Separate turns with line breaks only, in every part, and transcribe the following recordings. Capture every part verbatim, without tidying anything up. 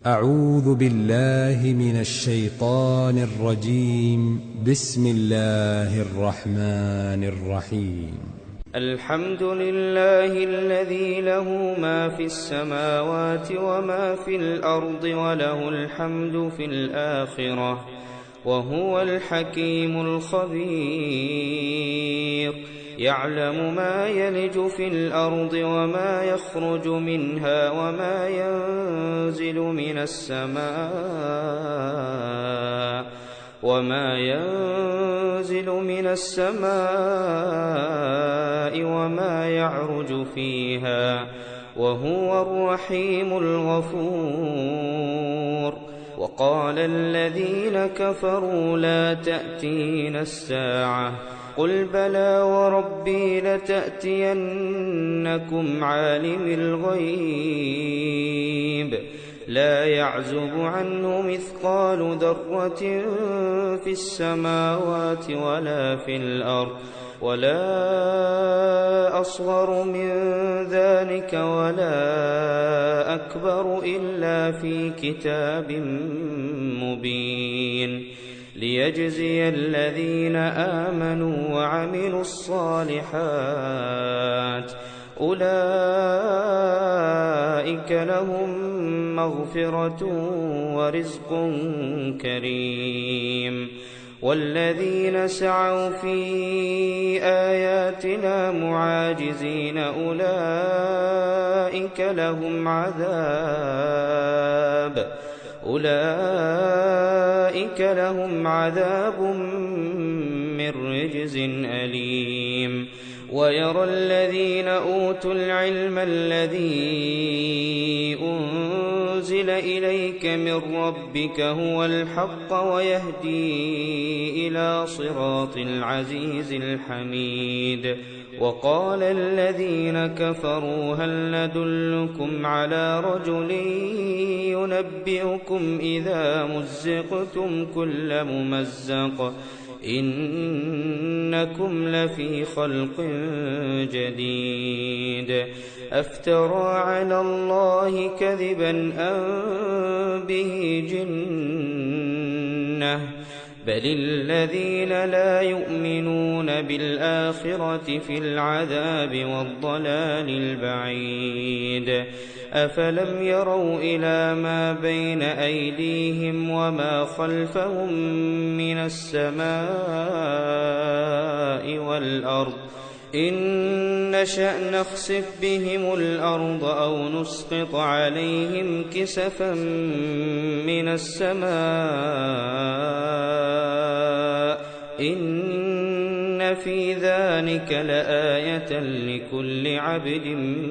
أعوذ بالله من الشيطان الرجيم. بسم الله الرحمن الرحيم.
الحمد لله الذي له ما في السماوات وما في الأرض وله الحمد في الآخرة وهو الحكيم الخبير. يعلم ما يلج في الأرض وما يخرج منها وما ينزل من السماء وما ينزل من السماء وما يعرج فيها وهو الرحيم الغفور. وقال الذين كفروا لا تأتينا الساعة قل بلى وربي لتأتينكم عالم الغيب لا يعزب عنه مثقال ذرة في السماوات ولا في الأرض ولا أصغر من ذلك ولا أكبر إلا في كتاب مبين ليجزي الذين آمنوا وعملوا الصالحات أولئك لهم مغفرة ورزق كريم. والذين سعوا في آياتنا معاجزين أولئك لهم عذاب أولئك لهم عذاب من رجز أليم. ويرى الذين أوتوا العلم الذي أنزل إليك من ربك هو الحق ويهدي إلى صراط العزيز الحميد. وقال الذين كفروا هل ندلكم على رجل ينبئكم إذا مزقتم كل ممزق إنكم لفي خلق جديد. أفترى على الله كذبا أم به جنة بل الذين لا يؤمنون بالآخرة في العذاب والضلال البعيد. أفلم يروا إلى ما بين أيديهم وما خلفهم من السماء والأرض إن نشأ نخسف بهم الأرض أو نسقط عليهم كسفا من السماء إن في ذلك لآية لكل عبد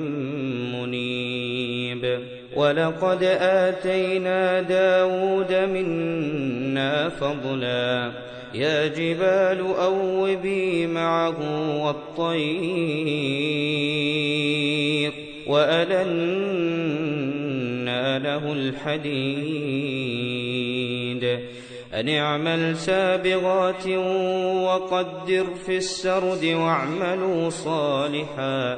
منيب. ولقد آتينا داود منا فضلا يا جبال أوبي معه والطير وألنا له الحديد أن اعمل سابغات وقدر في السرد واعملوا صالحا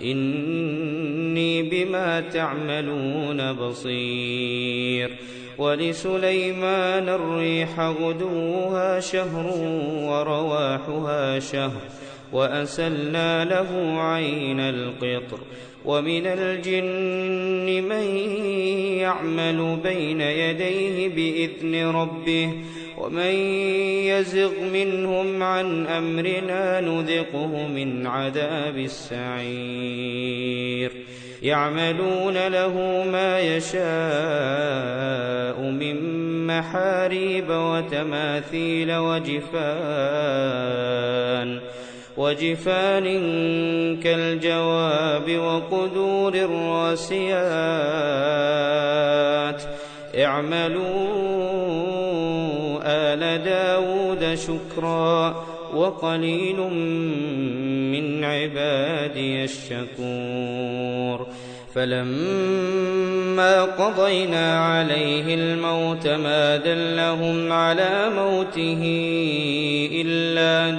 إني بما تعملون بصير. ولسليمان الريح غدوها شهر ورواحها شهر وأسلنا له عين القطر. ومن الجن من يعمل بين يديه بإذن ربه ومن يزغ منهم عن أمرنا نذقه من عذاب السعير. يعملون له ما يشاء من محاريب وتماثيل وجفان وجفان كالجواب وقدور الراسيات اعملوا آل داود شكرا وقليل من عبادي الشكور. فلما قضينا عليه الموت ما دلهم على موته إلا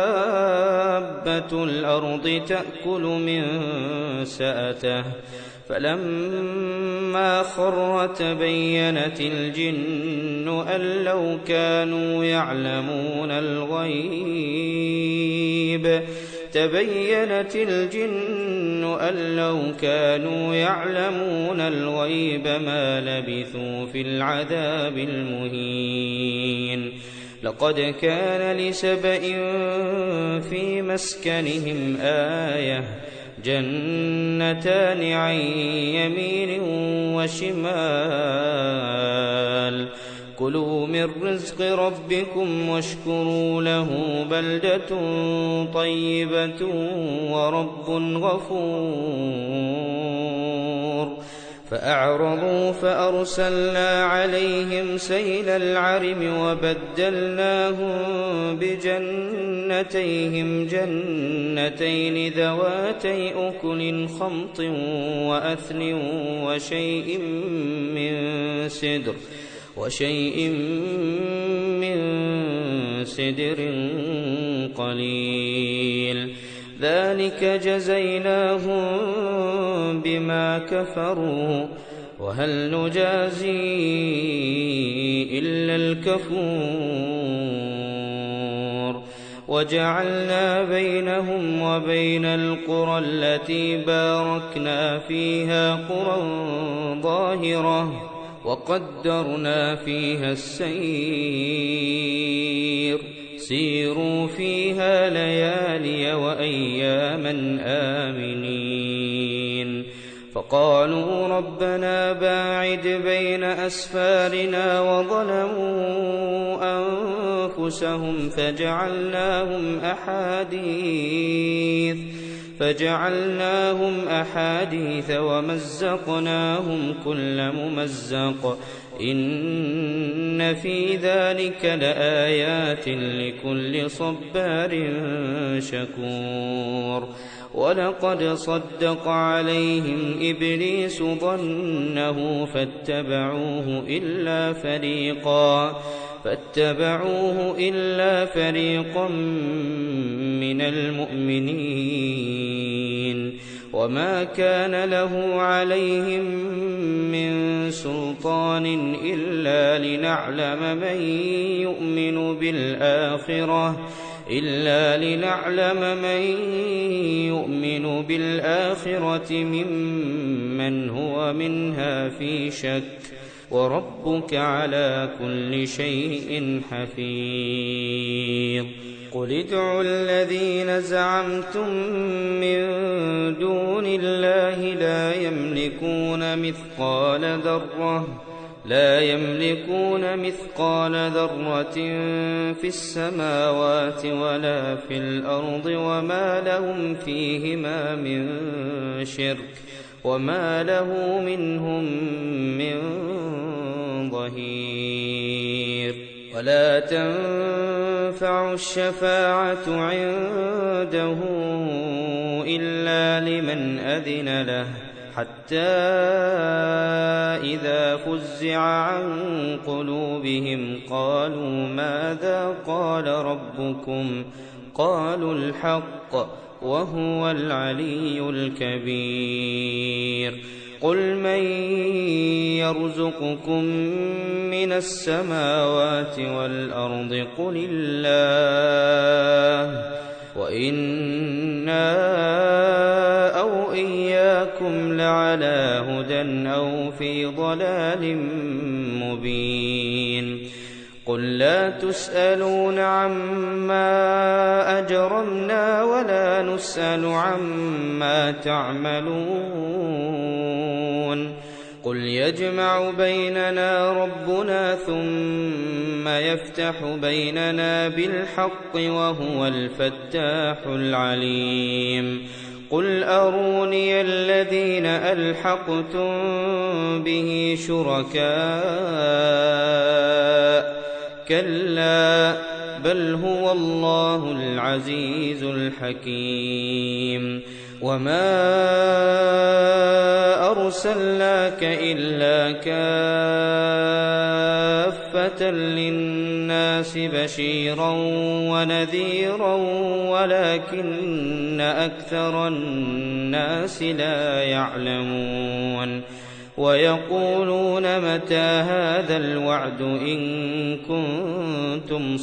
دابة الأرض تأكل من سأته فلما خر تبينت الجن أن لو كانوا يعلمون الغيب تبينت الجن أن لو كانوا يعلمون الغيب ما لبثوا في العذاب المهين. لقد كان لسبإ في مسكنهم آية جنتان عن يمين وشمال كلوا من رزق ربكم واشكروا له بلدة طيبة ورب غفور. فأعرضوا فأرسلنا عليهم سيل العرم وبدلناهم بجنتيهم جنتين ذواتي أكل خمط وأثل وشيء من سدر وشيء من سدر قليل ذلك جزيناهم بما كفروا وهل نجازي إلا الكفور. وجعلنا بينهم وبين القرى التي باركنا فيها قرى ظاهرة وقدرنا فيها السير سيروا فيها ليالي وأياما آمنين. فقالوا ربنا باعد بين أسفارنا وظلموا أنفسهم فجعلناهم أحاديث فجعلناهم أحاديث ومزقناهم كل ممزق إن في ذلك لآيات لكل صبار شكور. ولقد صدق عليهم إبليس ظنه فاتبعوه إلا فريقا فاتبعوه إلا فريقا من المؤمنين وما كان له عليهم من سلطان إلا لنعلم من يؤمن بالآخرة إلا لنعلم من يؤمن بالآخرة ممن هو منها في شك وربك على كل شيء حفيظ. قل ادعوا الذين زعمتم من دون الله لا يملكون مثقال ذرة لا يملكون مثقال ذرة في السماوات ولا في الأرض وما لهم فيهما من شرك وما له منهم من ظهير. ولا تنفع الشفاعة عنده إلا لمن أذن له حتى إذا فزع عن قلوبهم قالوا ماذا قال ربكم قالوا الحق وهو العلي الكبير. قل من يرزقكم من السماوات والأرض قل الله وإنا أو إياكم لعلى هدى أو في ضلال مبين. قل لا تسألون عما أجرمنا ولا نسأل عما تعملون. قل يجمع بيننا ربنا ثم يفتح بيننا بالحق وهو الفتاح العليم. قل أروني الذين ألحقتم به شركاء كلا بل هو الله العزيز الحكيم. وما أرسلناك إلا كافة للناس بشيرا ونذيرا ولكن أكثر الناس لا يعلمون ويقولون متى هذا الوعد إن كنتم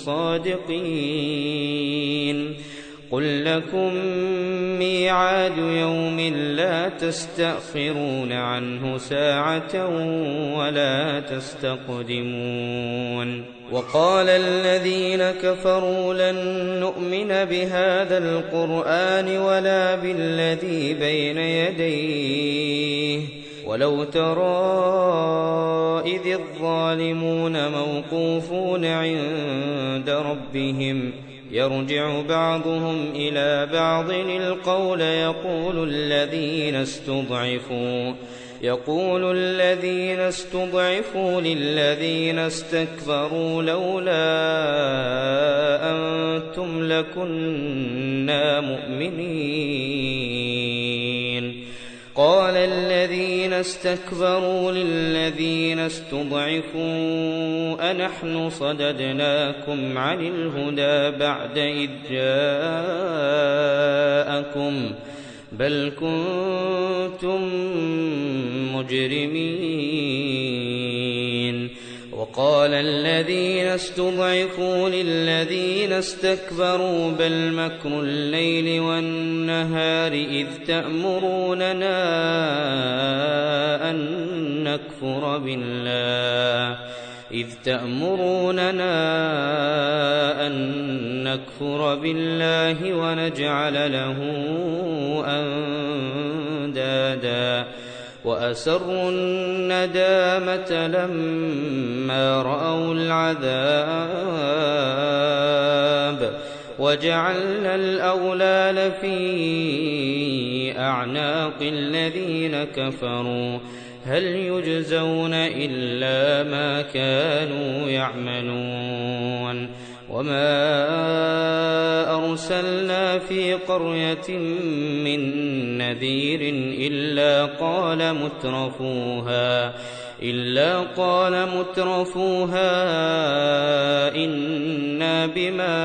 صادقين قل لكم ميعاد يوم لا تستأخرون عنه ساعة ولا تستقدمون وقال الذين كفروا لن نؤمن بهذا القرآن ولا بالذي بين يديه ولو ترى إذ الظالمون موقوفون عند ربهم يرجع بعضهم إلى بعض القول يقول الذين استضعفوا يقول الذين استضعفوا للذين استكبروا لولا أنتم لكنا مؤمنين قال الذين استكبروا للذين استضعفوا أنحن صددناكم عن الهدى بعد إذ جاءكم بل كنتم مجرمين وقال الذين استضعفوا للذين استكبروا بل مكر الليل والنهار إذ تأمروننا أن نكفر بالله إذ تأمروننا أن نكفر بالله ونجعل له أندادا وأسروا الندامة لما رأوا العذاب وجعلنا الأغلال في أعناق الذين كفروا هل يجزون إلا ما كانوا يعملون وما أرسلنا في قرية من نذير إلا قال مترفوها إلا قال مترفوها إنا بما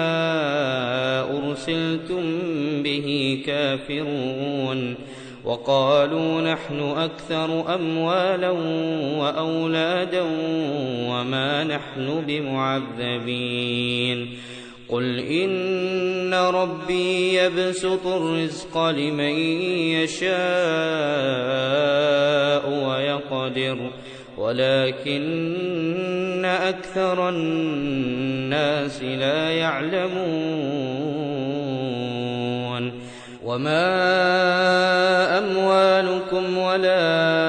أرسلتم به كافرون وقالوا نحن أكثر أموالا وأولادا وما نحن بمعذبين قل إن ربي يبسط الرزق لمن يشاء ويقدر ولكن أكثر الناس لا يعلمون وما أموالكم ولا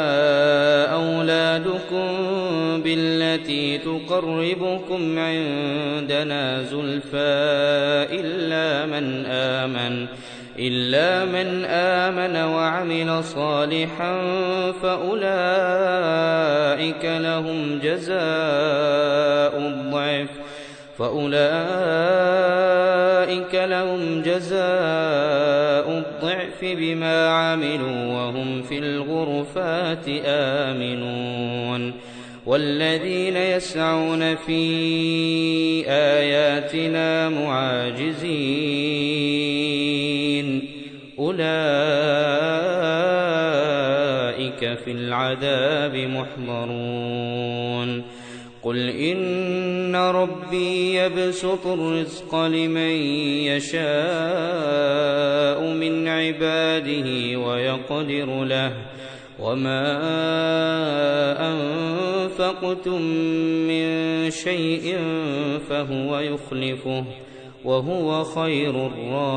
أولادكم بالتي تقربكم عندنا زلفى إلا من آمن إلا من آمن وعمل صالحا فأولئك لهم جزاء الضعف فأولئك لهم جزاء الضعف بما عملوا وهم في الغرفات آمنون والذين يسعون في آياتنا معاجزين أولئك في العذاب محضرون قل إن ربي يبسط الرزق لمن يشاء من عباده ويقدر له وما أنفقتم من شيء فهو يخلفه وهو خير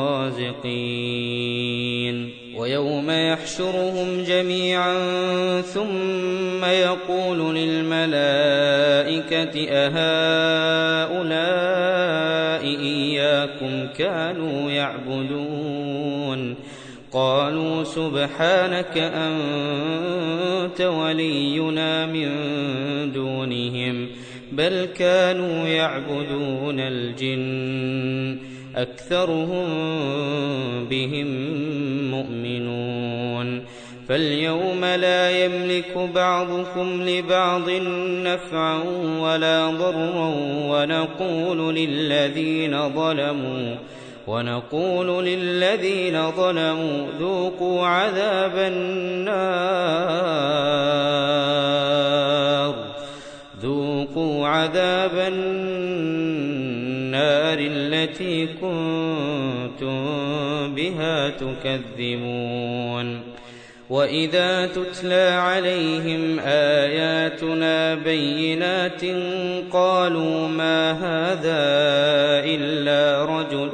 الرازقين ويوم يحشرهم جميعا ثم يقول للملائكة أهؤلاء إياكم كانوا يعبدون قالوا سبحانك أنت ولينا من دونهم بل كانوا يعبدون الجن أكثرهم بهم مؤمنون فاليوم لا يملك بعضكم لبعض نفعا ولا ضرا ونقول للذين ظلموا ونقول للذين ظلموا ذوقوا عذاب النار ذوقوا عذاب النار التي كنتم بها تكذبون وإذا تتلى عليهم آياتنا بينات قالوا ما هذا إلا رجل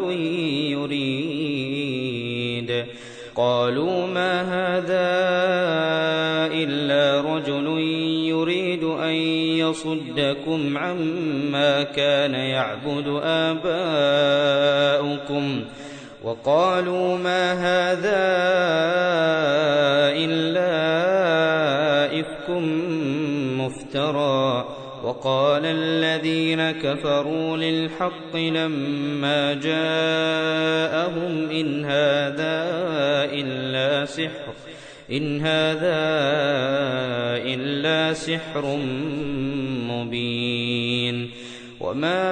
يريد قالوا ما هذا إلا رجل يريد أن يصدكم عما كان يعبد آباؤكم وقالوا ما هذا إلا إفك مفترى وقال الذين كفروا للحق لما جاءهم إن هذا إلا سحر إن هذا إلا سحر مبين وما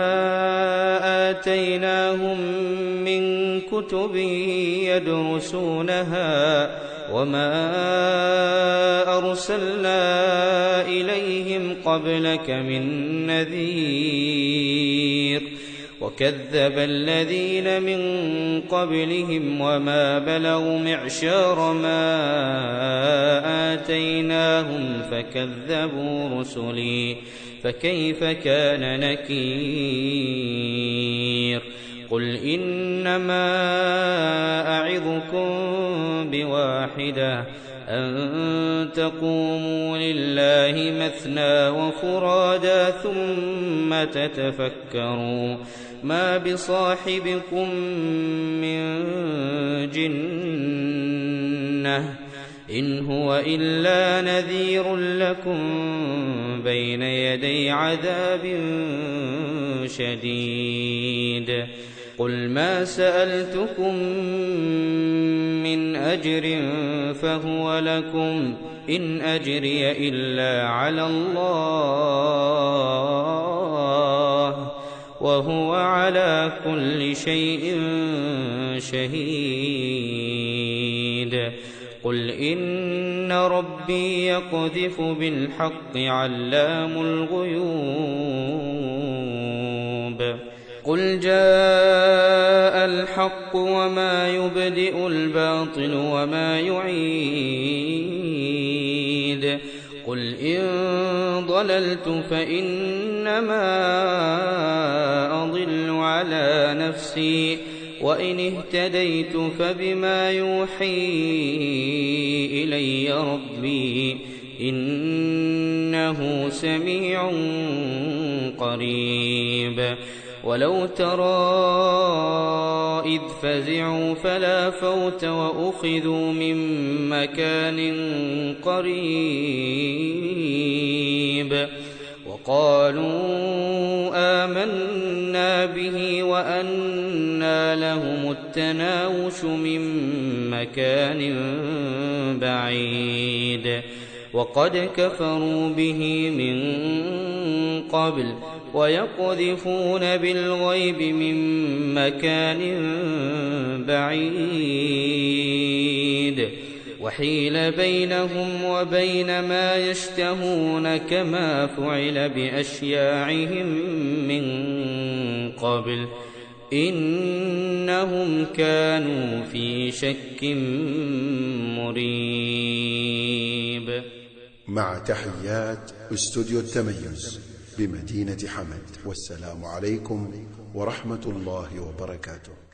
آتيناهم من كتب يدرسونها وما أرسلنا إليهم قبلك من نذير وكذب الذين من قبلهم وما بلغوا معشار ما آتيناهم فكذبوا رسلي فكيف كان نكير قل إنما أعظكم بواحدة أن تقوموا لله مثنى وفرادا ثم تتفكروا ما بصاحبكم من جنة إن هو إلا نذير لكم بين يدي عذاب شديد قل ما سألتكم من أجر فهو لكم إن أجري إلا على الله وهو على كل شيء شهيد قل إن ربي يقذف بالحق علام الغيوب قل جاء الحق وما يبدئ الباطل وما يعيد قل إن ضللت فإنما أضل على نفسي وإن اهتديت فبما يوحي إلي ربي إنه سميع قريب ولو ترى إذ فزعوا فلا فوت وأخذوا من مكان قريب وقالوا آمنا به وأنى لهم التناوش من مكان بعيد وقد كفروا به من قبل ويقذفون بالغيب من مكان بعيد وحيل بينهم وبين ما يشتهون كما فعل بأشياعهم من قبل إنهم كانوا في شك مريب.
مع تحيات استوديو التميز بمدينة حمد، والسلام عليكم ورحمة الله وبركاته.